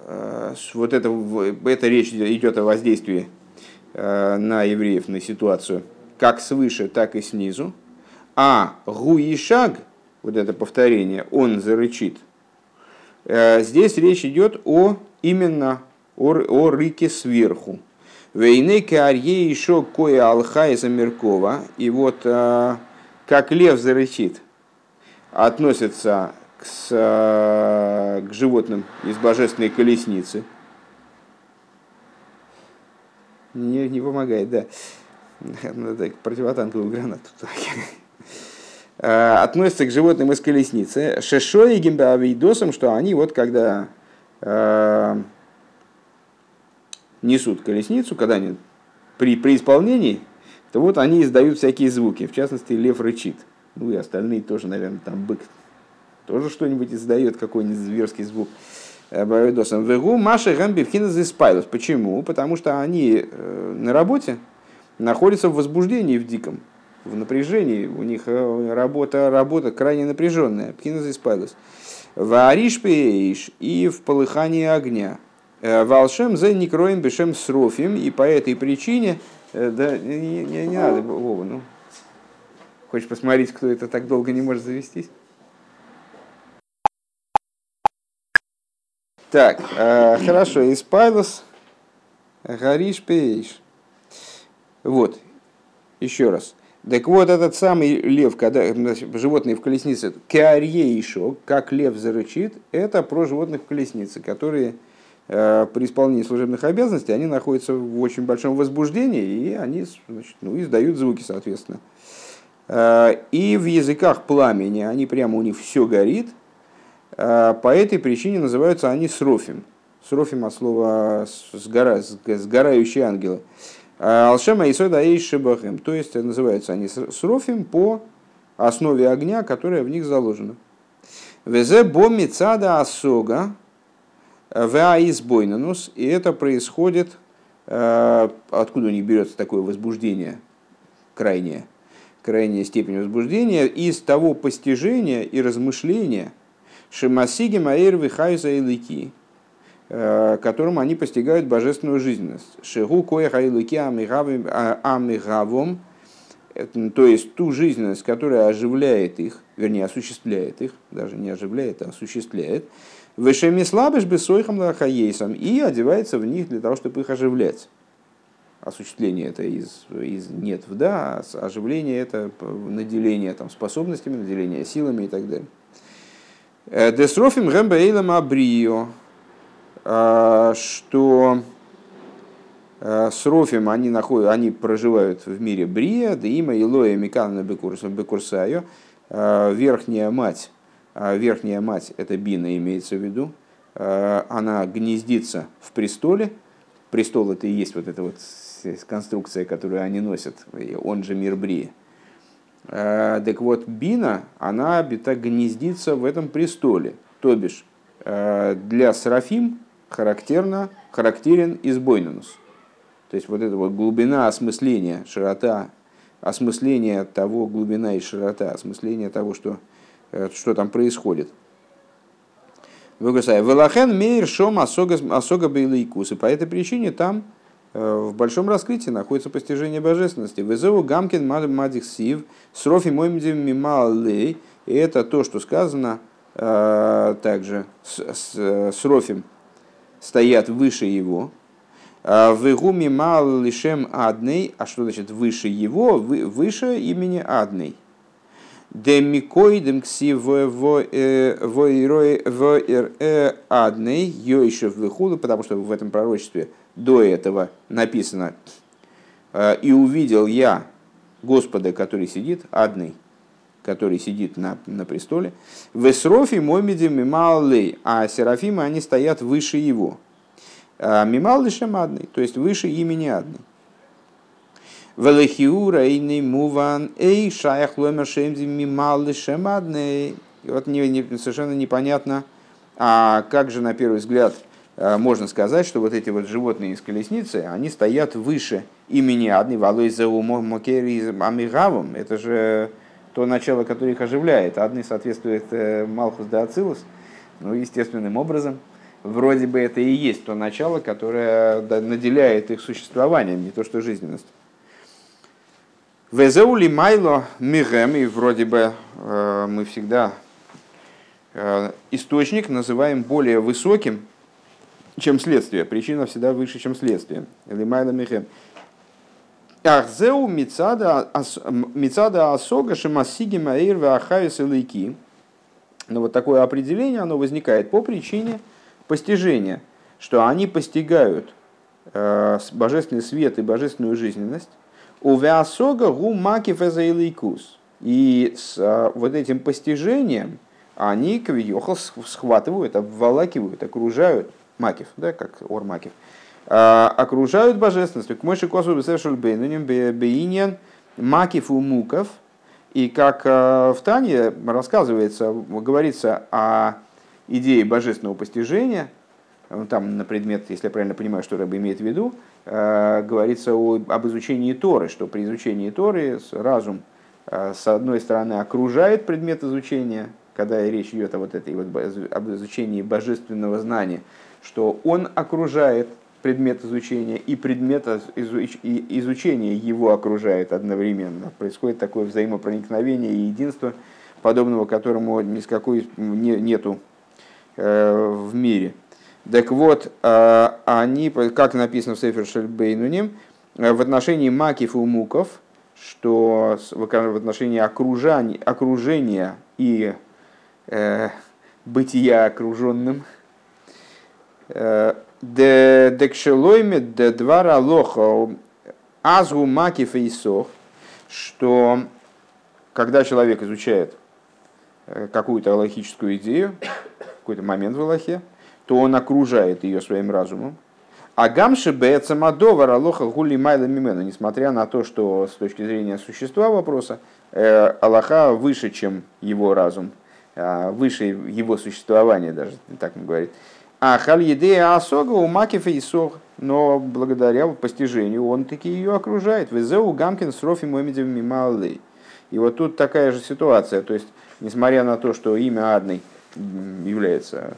[SPEAKER 1] речь идет о воздействии на евреев, на ситуацию, как свыше, так и снизу. А гу и шаг, вот это повторение, он зарычит. Здесь речь идет именно о рыке сверху. Вейнеке арье еще кое алхай замеркова. И вот как лев зарычит, относится к животным из божественной колесницы. Не помогает, да. Надо противотанковую гранату. Относится к животным из колесницы. Шешой и гимбавидосом, что они вот когда несут колесницу, когда они при исполнении, то вот они издают всякие звуки. В частности, лев рычит. Ну и остальные тоже, наверное, там бык тоже что-нибудь издает, какой-нибудь зверский звук. Вегу Маша Гамбивхина заспайлус. Почему? Потому что они на работе находятся в возбуждении в диком, в напряжении. У них работа крайне напряженная. Пхина заспайлус. Вариш пеиш и в полыхании огня. Волшем за некроем бешем срофим. И по этой причине... Да, не надо, Вова, ну... Хочешь посмотреть, кто это так долго не может завестись? Так, хорошо, испайлос, гориш пеиш. Вот, еще раз. Так вот, этот самый лев, когда животные в колеснице, кеарье еще, как лев зарычит, это про животных в колеснице, которые при исполнении служебных обязанностей, они находятся в очень большом возбуждении, и они, значит, издают звуки, соответственно. И в языках пламени, они прямо у них все горит. По этой причине называются они срофим. Срофим от слова сгорающие ангелы. Алшема и сода шебахем. То есть называются они срофим по основе огня, которая в них заложена. Везе бо мицада асога ваизбойнанус. И это происходит, откуда у них берется такое возбуждение, крайняя степень возбуждения, из того постижения и размышления, Шимасиги Маэр Вихайза и Лыки, которым они постигают божественную жизненность. Шигу Коя Хайлыки Амигавом, то есть ту жизненность, которая оживляет их, вернее, осуществляет их, даже не оживляет, а осуществляет, Вешеми слабыш бесойхам лахаейсам, и одевается в них для того, чтобы их оживлять. Осуществление это из нет в да, а оживление это наделение там, способностями, наделение силами и так далее. Десрофим гэмбэйлам абрио, что срофим они проживают в мире брия, да има илоя микана бекурсайо, верхняя мать это бина имеется в виду, она гнездится в престоле. Престол это и есть вот эта вот конструкция, которую они носят, он же мир брия. Так вот, бина, она гнездится в этом престоле. То бишь, для серафим характерен избойнанус. То есть, вот эта вот глубина осмысления, широта, осмысление того, глубина и широта, осмысление того, что там происходит. Велахен мейр шом асога бейлейкус. И по этой причине там в большом раскрытии находится постижение божественности. Везеу гамкин мадих сив срофи моймдим мималей. И это то, что сказано также с рофим стоят выше его. Вегу мимал лишем адней. А что значит выше его? Выше имени адней. Демикоидем ксив адней йойшев выхуду, потому что в этом пророчестве до этого написано: «И увидел я Господа, который сидит, адный, который сидит на престоле, в эсрофи момиди мималлей, а серафимы, они стоят выше его». Мимал лишем адный, то есть выше имени адный. Велихиура и муван эй шаях ломер шемди мимал лишем адный. И вот совершенно непонятно, а как же на первый взгляд можно сказать, что вот эти вот животные из колесницы, они стоят выше имени адный, валой за умокери амигавом. Это же то начало, которое их оживляет. Адный соответствует Малхус да Ацилус, естественным образом. Вроде бы это и есть то начало, которое наделяет их существованием, не то что жизненность. Везеули майло мигем, и вроде бы мы всегда источник называем более высоким, чем следствие. Причина всегда выше, чем следствие. Или майло мигем. Ахзеу мицада асога шимасиги маир вахавис илайки. Но вот такое определение, оно возникает по причине постижения, что они постигают божественный свет и божественную жизненность. Увясога гу макив эзаилейкус. И с вот этим постижением они кавиохал схватывают, обволакивают, окружают макив, да, как ор макив, окружают божественностью. К мойши косу бесешель бейнуним бейньян макив у муков. И как в Тане рассказывается, говорится о идее божественного постижения, там на предмет, если я правильно понимаю, что Рэбе имеет в виду, говорится об изучении Торы, что при изучении Торы разум, с одной стороны, окружает предмет изучения, когда речь идет о вот этой вот об изучении божественного знания, что он окружает предмет изучения, и предмет изучения его окружает одновременно. Происходит такое взаимопроникновение и единство, подобного которому ни с какой нету в мире. Так вот, они, как написано в Сефер Шель Бейнуним, в отношении макив и муков, что в отношении окружения и бытия окруженным, декшелойме де двара лоха азгу макив и сох, что когда человек изучает какую-то алахическую идею, какой-то момент в Аллахе, то он окружает ее своим разумом. А гамши бэцамадова ралоха гули майла мимену, несмотря на то, что с точки зрения существа вопроса, Аллаха выше, чем его разум, выше его существования даже, так он говорит. А хальедея асога у макиф и сох, но благодаря постижению он таки ее окружает. Везеу гамкин срофи моймедев мималлей. И вот тут такая же ситуация, то есть, несмотря на то, что имя Адный является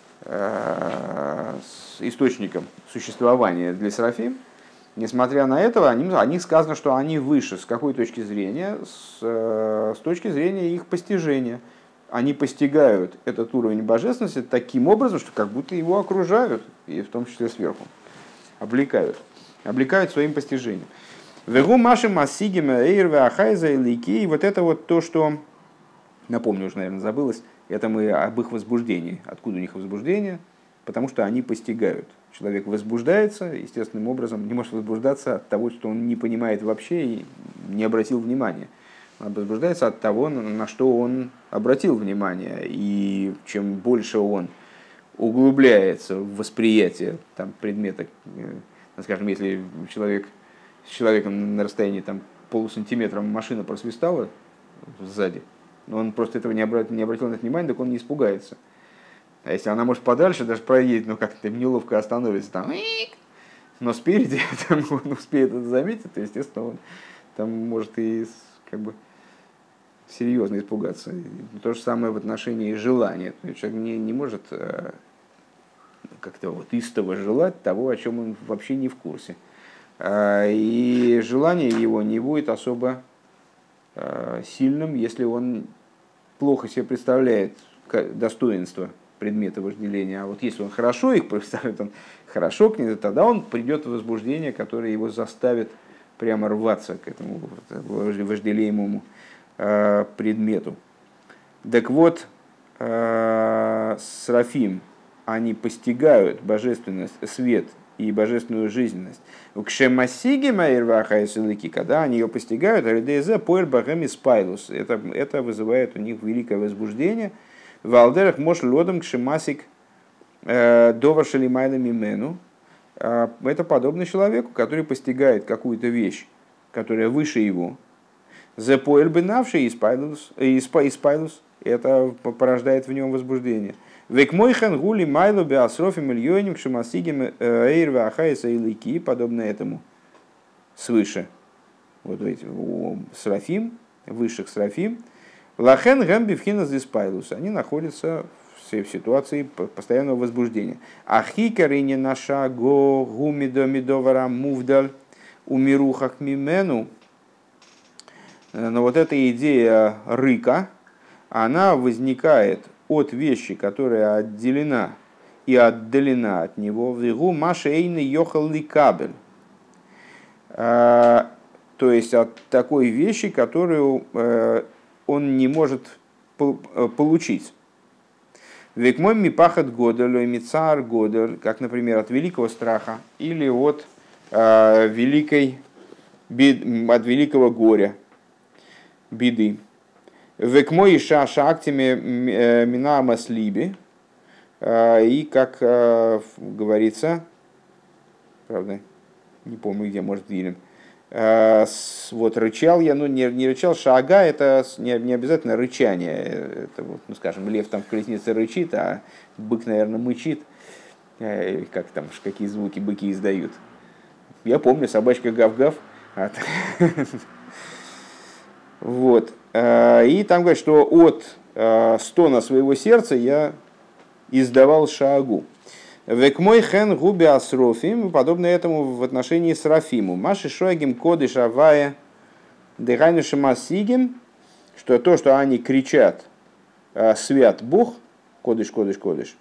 [SPEAKER 1] источником существования для Серафим, несмотря на это, о них сказано, что они выше. С какой точки зрения? С точки зрения их постижения. Они постигают этот уровень божественности таким образом, что как будто его окружают, и в том числе сверху, облекают своим постижением. Вегу маши массигим эйрве ахайза и лики. И вот это вот то, что, напомню, уже, наверное, забылось, это мы об их возбуждении. Откуда у них возбуждение? Потому что они постигают. Человек возбуждается, естественным образом, не может возбуждаться от того, что он не понимает вообще и не обратил внимания. Он возбуждается от того, на что он обратил внимание. И чем больше он углубляется в восприятие там, предмета, скажем, если с человеком на расстоянии там, полусантиметра машина просвистала сзади, но он просто этого не обратил на это внимание, так он не испугается. А если она, может, подальше даже проедет, ну как-то неловко остановится, там, но спереди там, он успеет это заметить, то, естественно, он там может и как бы серьезно испугаться. То же самое в отношении желания. Человек не может как-то вот истово желать того, о чем он вообще не в курсе. И желание его не будет особо сильным, если он плохо себе представляет достоинство предмета вожделения. А вот если он хорошо их представляет, он хорошо к ним, тогда он придет в возбуждение, которое его заставит прямо рваться к этому вожделеемому предмету. Так вот, Серафим, они постигают божественность, свет и божественную жизненность. Когда они ее постигают, это вызывает у них великое возбуждение. В алдерах мош лодом кшемасик доваршили майлами мену. Это подобно человеку, который постигает какую-то вещь, которая выше его. The поэль бенавший испайлус, это порождает в нем возбуждение. Век мойхан гули майлу беасрофи миллионим кшемасигим эйрве ахайса и лики, подобно этому свыше. Вот эти серафим, высших серафим. Лахен гамби вхинас испайлус, они находятся в ситуации постоянного возбуждения. Ахикарине наша го гумидо мидовара мувдаль умирухах мимену. Но вот эта идея рыка, она возникает от вещи, которая отделена и отдалена от него. Вегу машейный йохал ли кабель. То есть от такой вещи, которую он не может получить. Век мой мипахат годель, мицар годель, как, например, от великого страха или от великого горя, беды. Век мой шаша актиме мина маслиби, и как говорится, правда, не помню где, может, Вилем. Вот рычал я, ну не рычал, шага это не обязательно рычание, это вот, ну скажем, лев там в колеснице рычит, а бык, наверное, мычит, как там, какие звуки быки издают. Я помню, собачка гав-гав. Вот. И там говорят, что от стона своего сердца я издавал шаагу. Век мой хен губи асрофим, подобно этому в отношении с Рафиму. Маши шоагим кодыш авая дыхайну шамасигим, что то, что они кричат свят Бог, кодыш, кодыш, кодыш,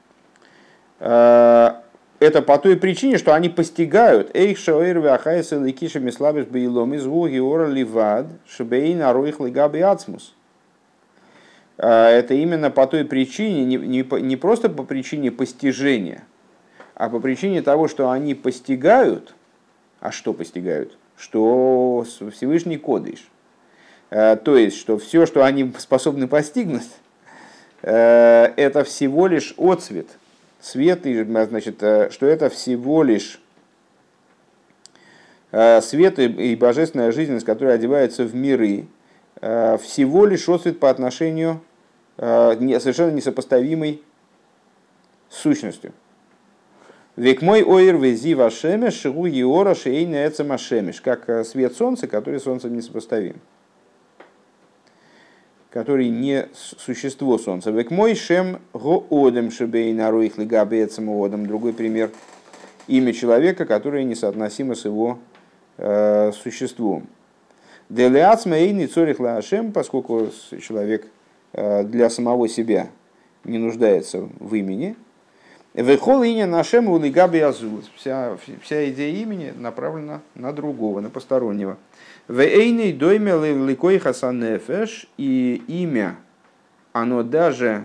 [SPEAKER 1] это по той причине, что они постигают эйх шоэр вахайс ликиша мислабиш беилом из гугиора ливад шбейн аруих лигаби ацмус. Это именно по той причине, не просто по причине постижения, а по причине того, что они постигают. А что постигают? Что Всевышний кодыш. То есть, что все, что они способны постигнуть, это всего лишь отцвет. Свет, значит, что это всего лишь свет и божественная жизненность, которая одевается в миры, всего лишь отцвет по отношению совершенно несопоставимой с сущностью. Век мой оир вези вашемеш шигу еора шейна эцема шемеш, как свет солнца, который солнцем несопоставим, который не существо солнца. Век мой шем гоодем шебейна руих лигаби эцема одем. Другой пример. Имя человека, которое несоотносимо с его существом. Делеацма эйни цорих лаашем, поскольку человек для самого себя не нуждается в имени. Вехол имя нашему улигаби азул. Вся идея имени направлена на другого, на постороннего. Вейный дойме ликой хасанефеш, и имя, оно даже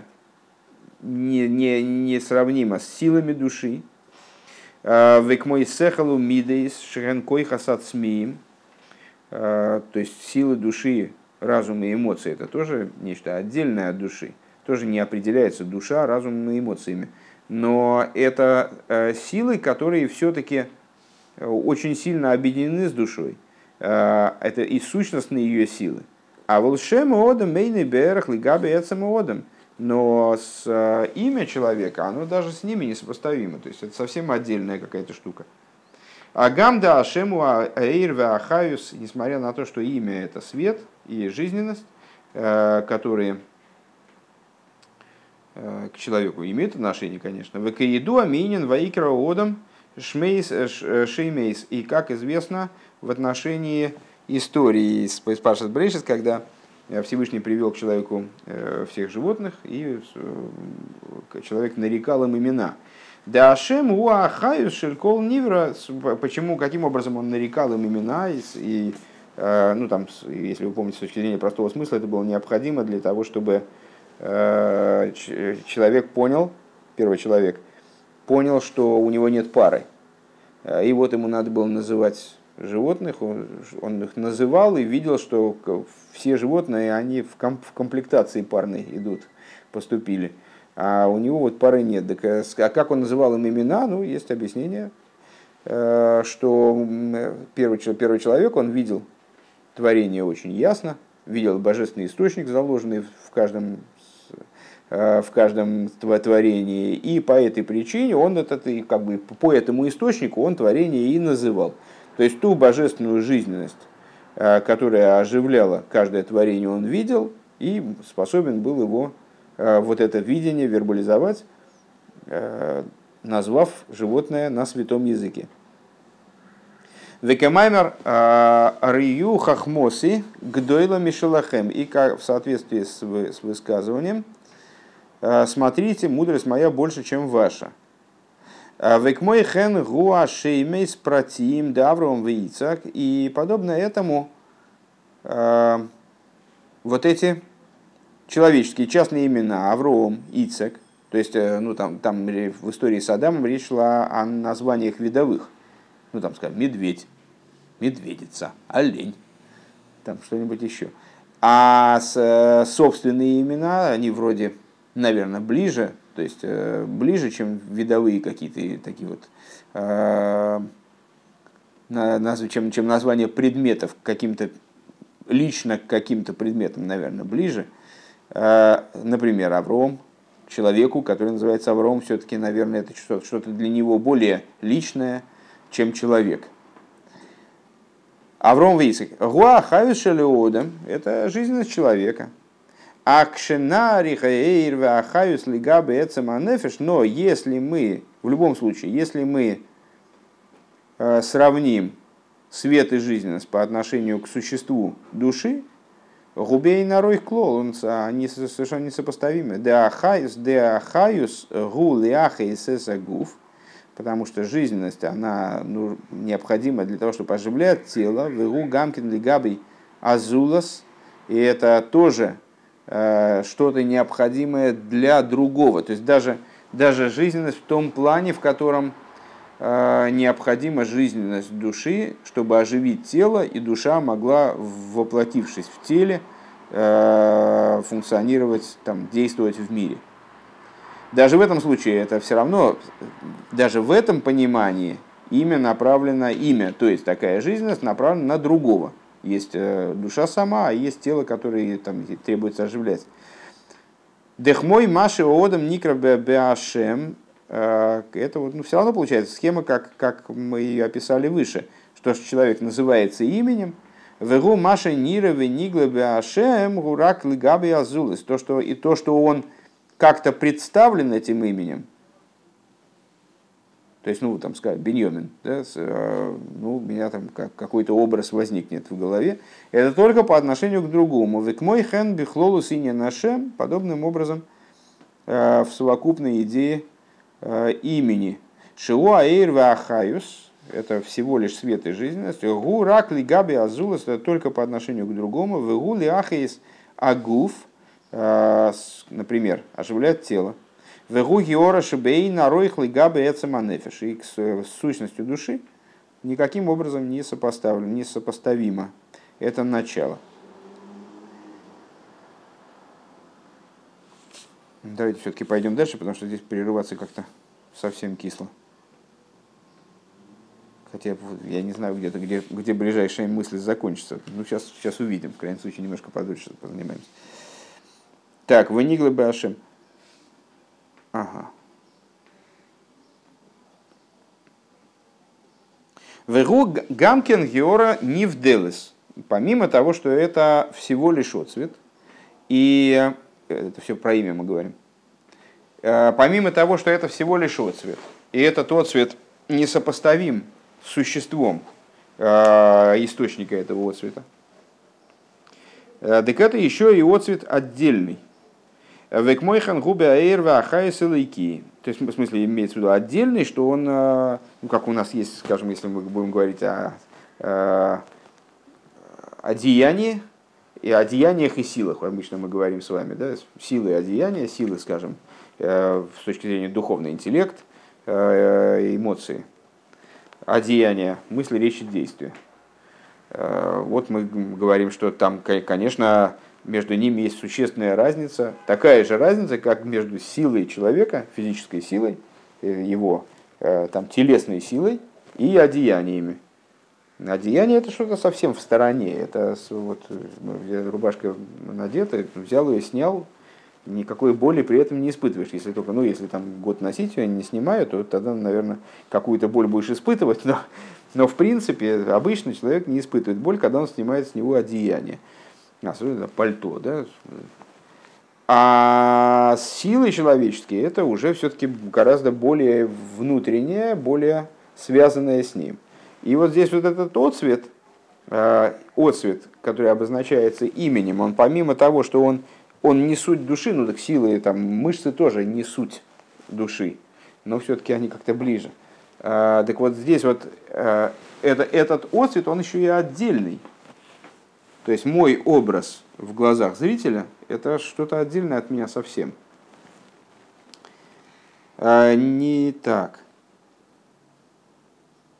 [SPEAKER 1] не сравнимо с силами души. Век мой сехалу мидейс шренкой хасат смеем. То есть силы души, разума и эмоции, это тоже нечто отдельное от души. Тоже не определяется душа разумом и эмоциями. Но это силы, которые все-таки очень сильно объединены с душой. Это и сущностные ее силы. А волшем одам мейный берах лигаби эцем одам. Но имя человека, оно даже с ними несопоставимо. То есть это совсем отдельная какая-то штука. Агамда Ашему Аэйр Веахаюс, несмотря на то, что имя это свет и жизненность, которые к человеку имеют отношение, конечно. Векаиду Аминин Ваикра Одам Шмейс Шеймейс. И как известно в отношении истории из Пашат Брейшис, когда Всевышний привел к человеку всех животных, и человек нарекал им имена. Да Ашем уахаю шелькол нивра. Почему, каким образом он нарекал им имена? И, ну, там, если вы помните, с точки зрения простого смысла, это было необходимо для того, чтобы человек понял, первый человек, понял, что у него нет пары. И вот ему надо было называть животных, он их называл и видел, что все животные, они в комплектации парной идут, поступили. А у него вот пары нет. Так, а как он называл им имена? Ну, есть объяснение, что первый человек, он видел творение очень ясно, видел божественный источник, заложенный в каждом творении, и по этой причине он как бы по этому источнику он творение и называл. То есть ту божественную жизненность, которая оживляла каждое творение, он видел и способен был его вот это видение вербализовать, назвав животное на святом языке. Векамаймер рию хахмоси гдойла мишелахем. И в соответствии с высказыванием, смотрите, мудрость моя больше, чем ваша. Векмой хен гуа шеймейс пратиим давром вейцак. И подобно этому вот эти человеческие частные имена Авроам, Ицек, то есть ну, там в истории с Адамом речь шла о названиях видовых. Ну, там, скажем, медведь, медведица, олень, там что-нибудь еще. А собственные имена, они вроде, наверное, ближе то есть ближе, чем видовые какие-то такие вот, чем название предметов каким-то, лично к каким-то предметам, наверное, ближе. Например, Авром, человеку, который называется Авром, все-таки, наверное, это что-то для него более личное, чем человек. Авром Вейцек. Гуа хаюс шелеодам – это жизненность человека. Акшенари хаэйр вахаюс лигабе эцеманефеш. Но если мы, в любом случае, если мы сравним свет и жизненность по отношению к существу души, губей нарой клол, они совершенно несопоставимы. Деахаюс гу лиахайс эсагуф. Потому что жизненность, она необходима для того, чтобы оживлять тело. Вегу гамкин лигабей азулас. И это тоже что-то необходимое для другого. То есть даже жизненность в том плане, в котором необходима жизненность души, чтобы оживить тело, и душа могла, воплотившись в теле, функционировать, там, действовать в мире. Даже в этом случае это все равно, даже в этом понимании имя, то есть такая жизненность направлена на другого. Есть душа сама, а есть тело, которое там требуется оживлять. Дехмой маши одам никра беашем. Это вот, все равно получается схема, как мы ее описали выше, что человек называется именем. Вегу маша нира венигла беашем гурак лигаби азулис. То, что он как-то представлен этим именем, то есть, там сказать, Беньямин, да, у меня там какой-то образ возникнет в голове, это только по отношению к другому. Век мой хэн бихлолу синя нашем, подобным образом в совокупной идее имени. Шиу аэйр ваахаюс, это всего лишь свет и жизненность. Гу рак ли габи азулас, это только по отношению к другому. Вегу ли ахаис агуф, например, оживляет тело. Вегу геора шибей наройх ли габи эцеманефиш. И с сущностью души никаким образом не сопоставимо. Это начало. Давайте все-таки пойдем дальше, потому что здесь прерываться как-то совсем кисло. Хотя я не знаю, где ближайшая мысль закончится. Сейчас увидим. В крайнем случае, немножко подольше позанимаемся. Так, вынигла бы Ашем. Ага. Вегу гамкен геора нивделес. Помимо того, что это всего лишь отцвет, и это все про имя мы говорим. Помимо того, что это всего лишь отцвет, и этот отцвет несопоставим с существом источника этого отцвета, так это еще и отцвет отдельный. Векмойхан губе аэрва ахайс элейки. То есть, в смысле, имеется в виду отдельный, что он, как у нас есть, скажем, если мы будем говорить о деянии, и о деяниях и силах, обычно мы говорим с вами, да, силы и одеяния, силы, скажем, с точки зрения духовный интеллект, эмоции, одеяния, мысли, речи, действия. Вот мы говорим, что там, конечно, между ними есть существенная разница, такая же разница, как между силой человека, физической силой, его там, телесной силой и одеяниями. Одеяние – это что-то совсем в стороне. Это вот рубашка надета, взял ее, снял, никакой боли при этом не испытываешь. Если только, если там год носить ее, не снимаю, то тогда, наверное, какую-то боль будешь испытывать. Но в принципе обычный человек не испытывает боль, когда он снимает с него одеяние. Особенно пальто, да. А силы человеческие это уже все-таки гораздо более внутреннее, более связанное с ним. И вот здесь вот этот отцвет, который обозначается именем, он помимо того, что он не суть души, так силы, там, мышцы тоже не суть души, но все-таки они как-то ближе. Так вот здесь вот этот отцвет, он еще и отдельный. То есть мой образ в глазах зрителя – это что-то отдельное от меня совсем. Не так.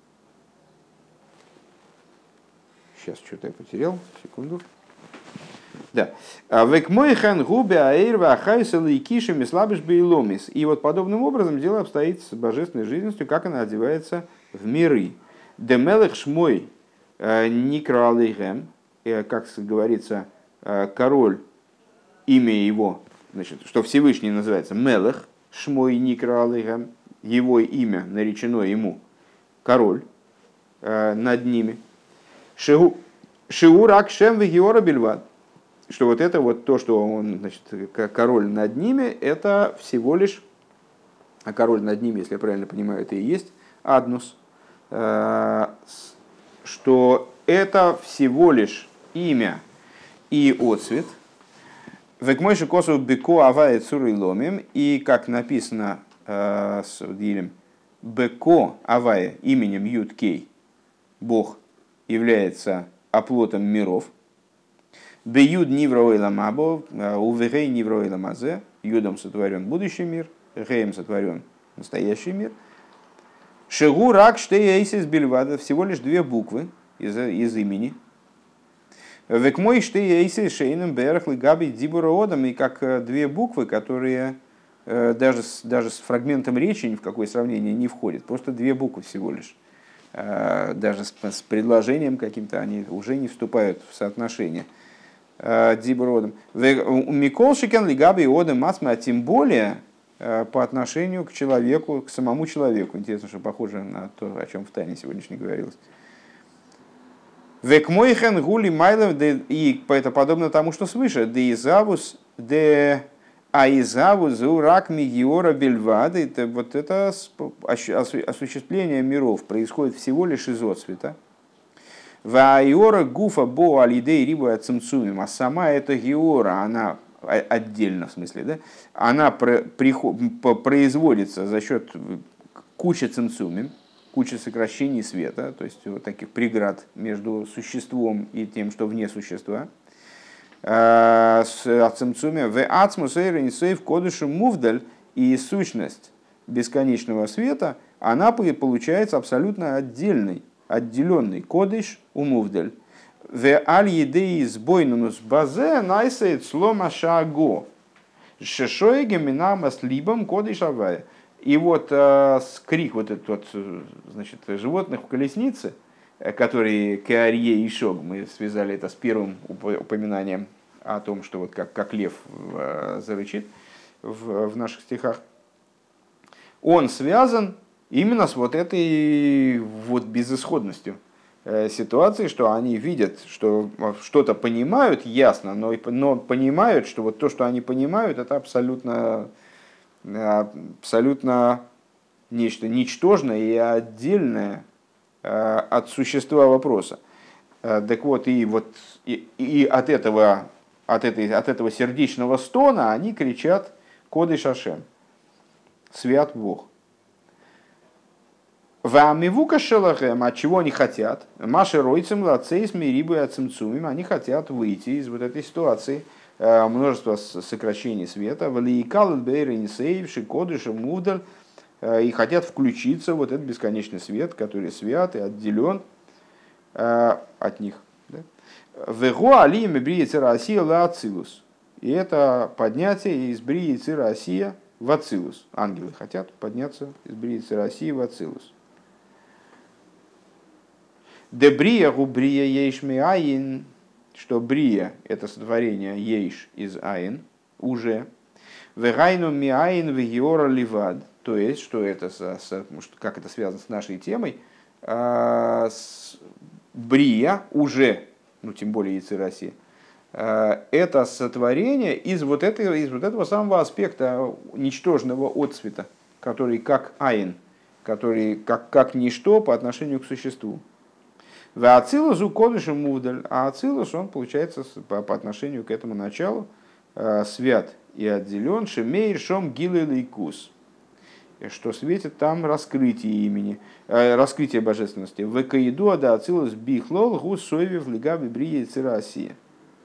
[SPEAKER 1] Сейчас что-то я потерял. Секунду. Да. Век мой хан губе аэрва ахайсел и кишами слабыш бейломис. И вот подобным образом дело обстоит с божественной жизнью, как она одевается в миры. Демелех шмой никралейгем, как говорится, король, имя его, значит, что Всевышний называется Мелех, шмой никралейгем, его имя наречено ему, король над ними. Шиурак шем вегиора бельвад. Что вот это вот то, что он, значит, король над ними, это всего лишь, а король над ними, если я правильно понимаю, это и есть Аднус, что это всего лишь имя и отцвет. Векмойши косу беко авая цурой ломим, и как написано с Дилем, беко авая именем Юд-Кей, Бог является оплотом миров. Беюд нивроэла мабо, увегей нивроэла мазе, юдом сотворен будущий мир, геем сотворен настоящий мир. Шегу рак штейсис бельвада, всего лишь две буквы из имени. Векмой штейсис шейным берахли габи дибуроодом, и как две буквы, которые даже с фрагментом речи ни в какое сравнение не входят, просто две буквы всего лишь. Даже с предложением каким-то они уже не вступают в соотношение. Дибуродом. Миколшикен лигаби одем масма, а тем более по отношению к человеку, к самому человеку. Интересно, что похоже на то, о чем в Тайне сегодняшней говорилось. Векмойхен гули майлов, и это подобно тому, что свыше. Де изавус, де аизавус урак мигиора бельвада. Это вот это осуществление миров происходит всего лишь из отцвета. Ваиора гуфа бо алидей рибу ацимцумим, а сама эта геора, она отдельно в смысле, да, она производится за счет кучи цимцумим, кучи сокращений света, то есть вот таких преград между существом и тем, что вне существа. С ацимцумим в ацмус эйренисейв кодышу мувдаль, и сущность бесконечного света, она получается абсолютно отдельной. Отделенный кодыш умувдель. В аль-едеи сбойнунус базе найсейт слома шаго. Шешоеге минамас либом кодыш авая. И вот крик вот этот вот, значит, животных в колеснице, которые кеарье и шог, мы связали это с первым упоминанием о том, что вот как лев зарычит в наших стихах, он связан именно с вот этой вот безысходностью ситуации, что они видят, что что-то понимают ясно, но понимают, что вот то, что они понимают, это абсолютно нечто ничтожное и отдельное от существа вопроса. Так вот, и от этого сердечного стона они кричат «Кодыш Ашем», «Свят Бог». Вамивука шелахем, от чего они хотят? Маши ройцем лацейс мирибу ацимцумим, они хотят выйти из вот этой ситуации множества сокращений света, валиикал бейренисейв шикодыш мудаль, и хотят включиться в вот этот бесконечный свет, который свят и отделен от них. Вего алием брии цирасия ла ацилус, и это поднятие из брии цирасия в ацилус. Ангелы хотят подняться из брии цирасия в ацилус. Дебрия губрия ейш ми аин, что брия это сотворение ейш из аин уже. Вегайну ми аин вегиора ливад, то есть что это как это связано с нашей темой, брия уже, ну тем более яйцы России, это сотворение из вот этого самого аспекта ничтожного отцвета, который как аин, который как ничто по отношению к существу. В ацилусу кодышу мувдаль, а ацилус, он получается по отношению к этому началу свят и отделен, шемейр шом гилы лейкус, что светит там раскрытие имени, раскрытие божественности. В каиду ада ацилус бихлол гус соевив лигаби брия цирасия.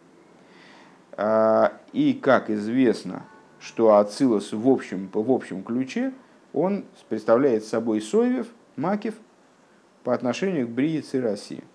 [SPEAKER 1] И как известно, что ацилус в общем ключе, он представляет собой соевив, макив, по отношению к брии цирасии.